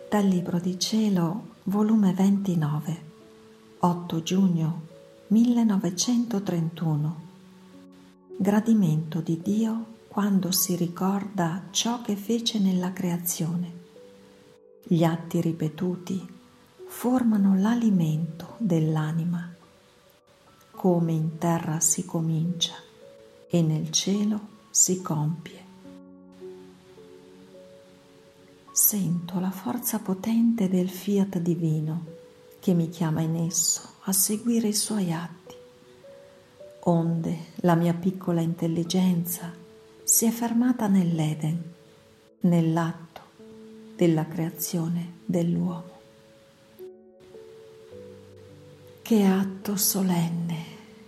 Dal Libro di Cielo, volume 29, 8 giugno 1931. Gradimento di Dio quando si ricorda ciò che fece nella creazione. Gli atti ripetuti formano l'alimento dell'anima. Come in terra si comincia e nel cielo si compie. Sento la forza potente del fiat divino che mi chiama in esso a seguire i suoi atti. Onde la mia piccola intelligenza si è fermata nell'Eden, nell'atto della creazione dell'uomo. Che atto solenne!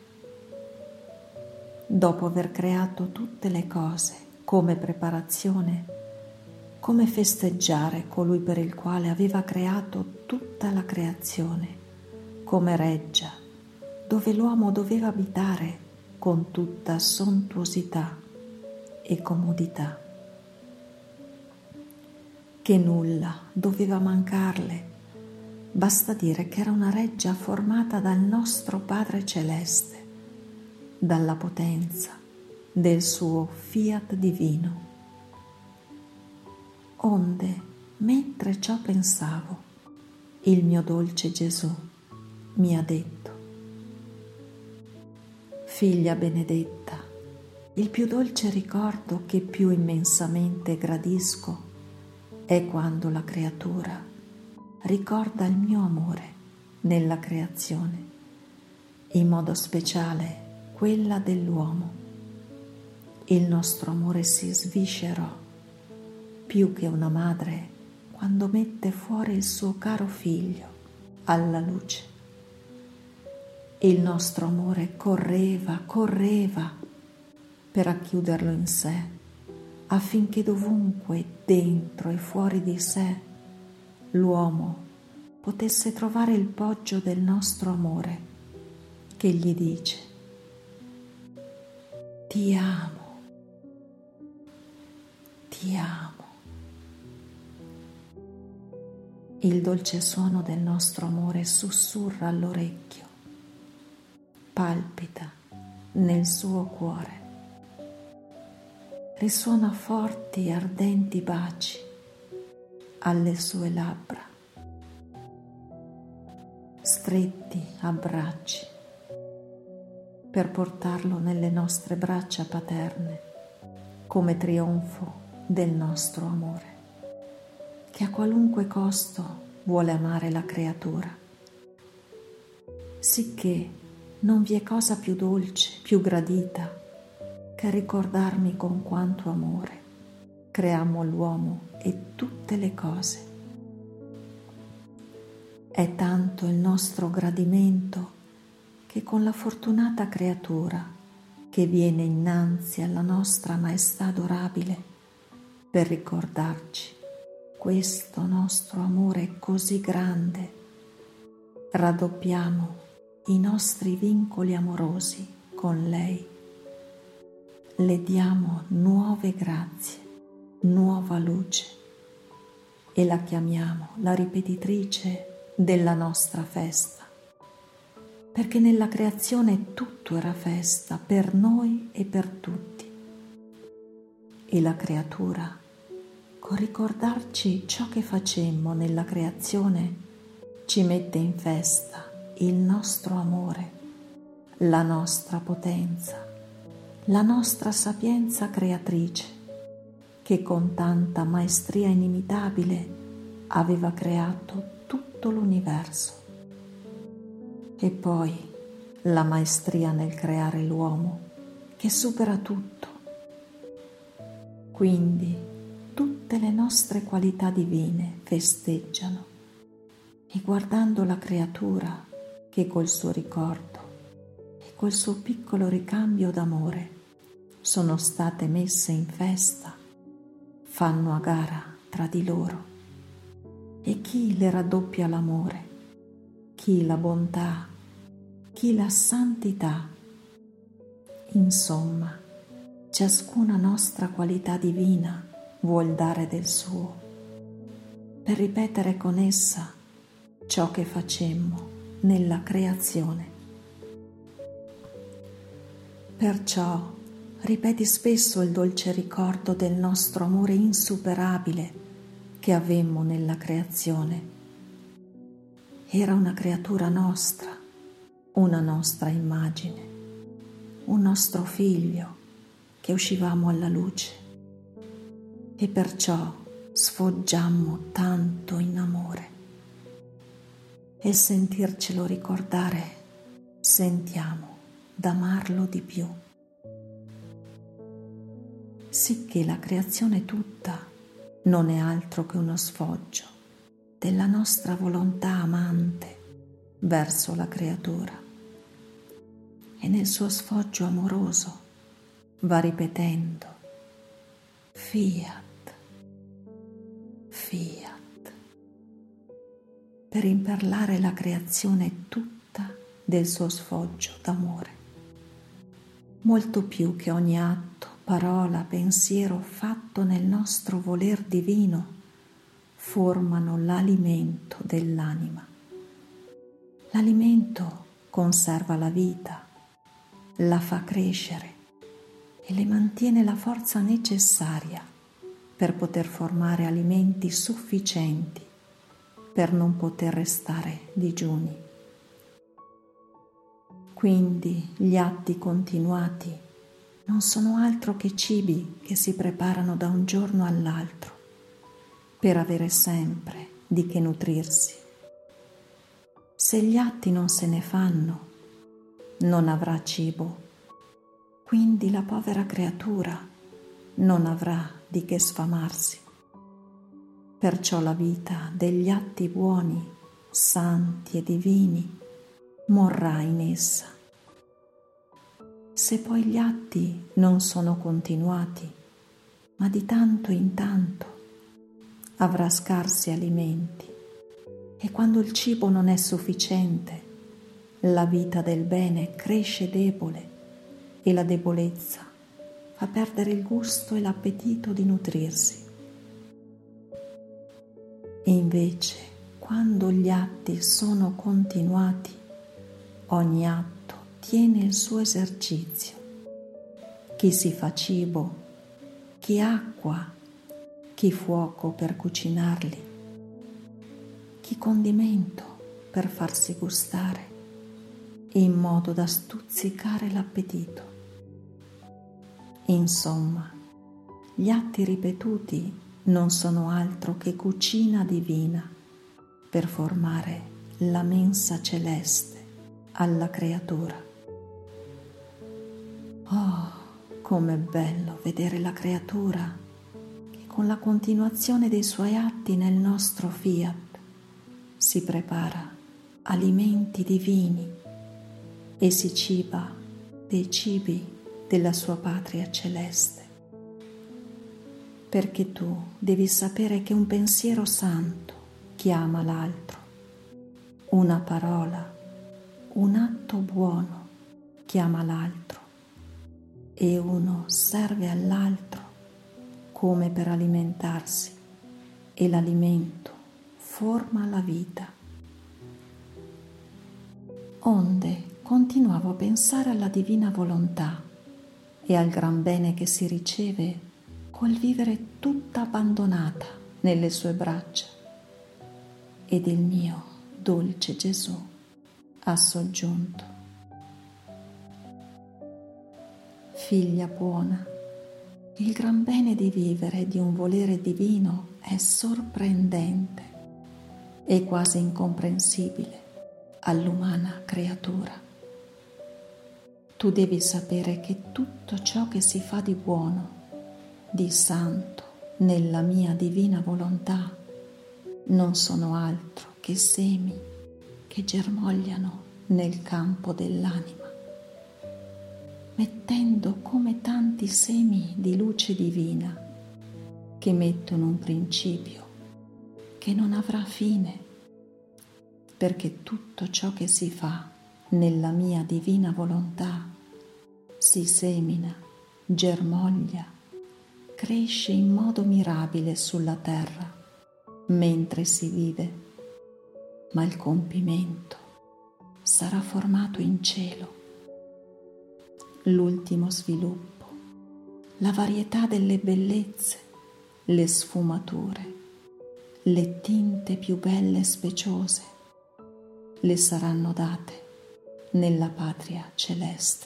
Dopo aver creato tutte le cose come preparazione, come festeggiare colui per il quale aveva creato tutta la creazione, come reggia, dove l'uomo doveva abitare con tutta sontuosità e comodità. Che nulla doveva mancarle, basta dire che era una reggia formata dal nostro Padre Celeste, dalla potenza del suo fiat divino. Onde, mentre ciò pensavo, il mio dolce Gesù mi ha detto: figlia benedetta, il più dolce ricordo che più immensamente gradisco è quando la creatura ricorda il mio amore nella creazione, in modo speciale quella dell'uomo. Il nostro amore si sviscerò più che una madre quando mette fuori il suo caro figlio alla luce. Il nostro amore correva per racchiuderlo in sé, affinché dovunque, dentro e fuori di sé, l'uomo potesse trovare il poggio del nostro amore, che gli dice: ti amo, ti amo. Il dolce suono del nostro amore sussurra all'orecchio, palpita nel suo cuore, risuona forti e ardenti baci alle sue labbra, stretti abbracci per portarlo nelle nostre braccia paterne come trionfo del nostro amore, che a qualunque costo vuole amare la creatura, sicché non vi è cosa più dolce, più gradita, che ricordarmi con quanto amore creammo l'uomo e tutte le cose. È tanto il nostro gradimento che con la fortunata creatura che viene innanzi alla nostra maestà adorabile per ricordarci questo nostro amore così grande, raddoppiamo i nostri vincoli amorosi con lei, le diamo nuove grazie, nuova luce e la chiamiamo la ripetitrice della nostra festa, perché nella creazione tutto era festa per noi e per tutti, e la creatura, con ricordarci ciò che facemmo nella creazione, ci mette in festa il nostro amore, la nostra potenza, la nostra sapienza creatrice, che con tanta maestria inimitabile aveva creato tutto l'universo. E poi la maestria nel creare l'uomo, che supera tutto. Quindi tutte le nostre qualità divine festeggiano, e guardando la creatura che col suo ricordo e col suo piccolo ricambio d'amore sono state messe in festa, fanno a gara tra di loro, e chi le raddoppia l'amore, chi la bontà, chi la santità. Insomma, ciascuna nostra qualità divina vuol dare del suo. per ripetere con essa ciò che facemmo nella creazione. Perciò ripeti spesso il dolce ricordo del nostro amore insuperabile che avemmo nella creazione. Era una creatura nostra, una nostra immagine, un nostro figlio che uscivamo alla luce e perciò sfoggiammo tanto in amore. E sentircelo ricordare, sentiamo d'amarlo di più. Sicché la creazione tutta non è altro che uno sfoggio della nostra volontà amante verso la creatura. E nel suo sfoggio amoroso va ripetendo Fiat, Fiat, per imperlare la creazione tutta del suo sfoggio d'amore, molto più che ogni atto, parola, pensiero fatto nel nostro voler divino formano l'alimento dell'anima. L'alimento conserva la vita, la fa crescere e le mantiene la forza necessaria per poter formare alimenti sufficienti per non poter restare digiuni. Quindi gli atti continuati non sono altro che cibi che si preparano da un giorno all'altro per avere sempre di che nutrirsi. Se gli atti non se ne fanno, non avrà cibo, quindi la povera creatura non avrà di che sfamarsi. Perciò la vita degli atti buoni, santi e divini morrà in essa. Se poi gli atti non sono continuati, ma di tanto in tanto, avrà scarsi alimenti e quando il cibo non è sufficiente, la vita del bene cresce debole e la debolezza fa perdere il gusto e l'appetito di nutrirsi. E invece, quando gli atti sono continuati, ogni atto tiene il suo esercizio. Chi si fa cibo, chi acqua, chi fuoco per cucinarli, chi condimento per farsi gustare, in modo da stuzzicare l'appetito. Insomma, gli atti ripetuti non sono altro che cucina divina per formare la mensa celeste alla creatura. Oh, com'è bello vedere la creatura che con la continuazione dei suoi atti nel nostro fiat si prepara alimenti divini e si ciba dei cibi della sua patria celeste. Perché tu devi sapere che un pensiero santo chiama l'altro, una parola, un atto buono chiama l'altro e uno serve all'altro come per alimentarsi e l'alimento forma la vita. Onde continuavo a pensare alla divina volontà e al gran bene che si riceve col vivere tutta abbandonata nelle sue braccia. Ed il mio dolce Gesù ha soggiunto: figlia buona, il gran bene di vivere di un volere divino è sorprendente e quasi incomprensibile all'umana creatura. Tu devi sapere che tutto ciò che si fa di buono, di santo nella mia divina volontà non sono altro che semi che germogliano nel campo dell'anima, mettendo come tanti semi di luce divina che mettono un principio che non avrà fine, perché tutto ciò che si fa nella mia divina volontà si semina, germoglia, cresce in modo mirabile sulla terra mentre si vive, ma il compimento sarà formato in cielo. L'ultimo sviluppo, la varietà delle bellezze, le sfumature, le tinte più belle e speciose le saranno date nella patria celeste,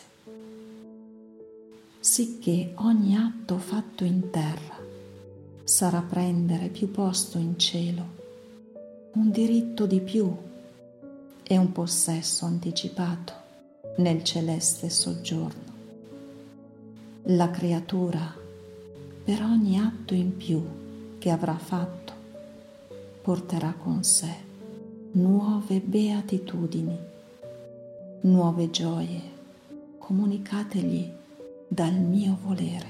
sicché ogni atto fatto in terra sarà prendere più posto in cielo, un diritto di più e un possesso anticipato nel celeste soggiorno. La creatura, per ogni atto in più che avrà fatto, porterà con sé nuove beatitudini, nuove gioie comunicategli dal mio volere.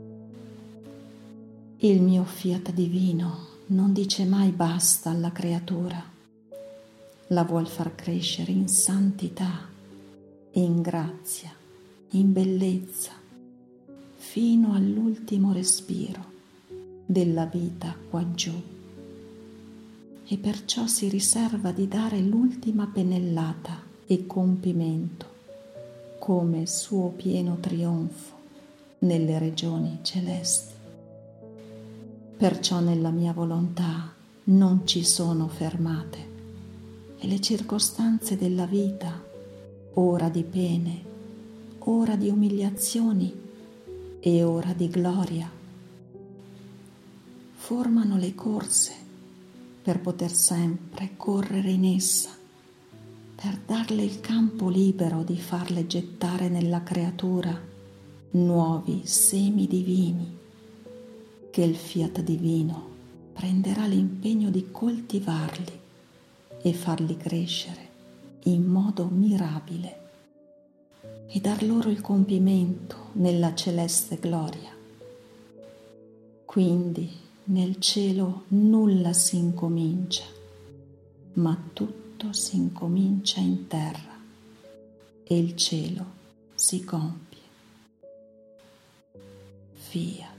Il mio fiat divino non dice mai basta alla creatura, la vuol far crescere in santità, in grazia, in bellezza, fino all'ultimo respiro della vita quaggiù, e perciò si riserva di dare l'ultima pennellata e compimento come suo pieno trionfo nelle regioni celesti. Perciò nella mia volontà non ci sono fermate e le circostanze della vita, ora di pene, ora di umiliazioni e ora di gloria, formano le corse per poter sempre correre in essa, per darle il campo libero di farle gettare nella creatura nuovi semi divini, che il fiat divino prenderà l'impegno di coltivarli e farli crescere in modo mirabile e dar loro il compimento nella celeste gloria. Quindi nel cielo nulla si incomincia, ma tutto si incomincia in terra e il cielo si compie. Fiat.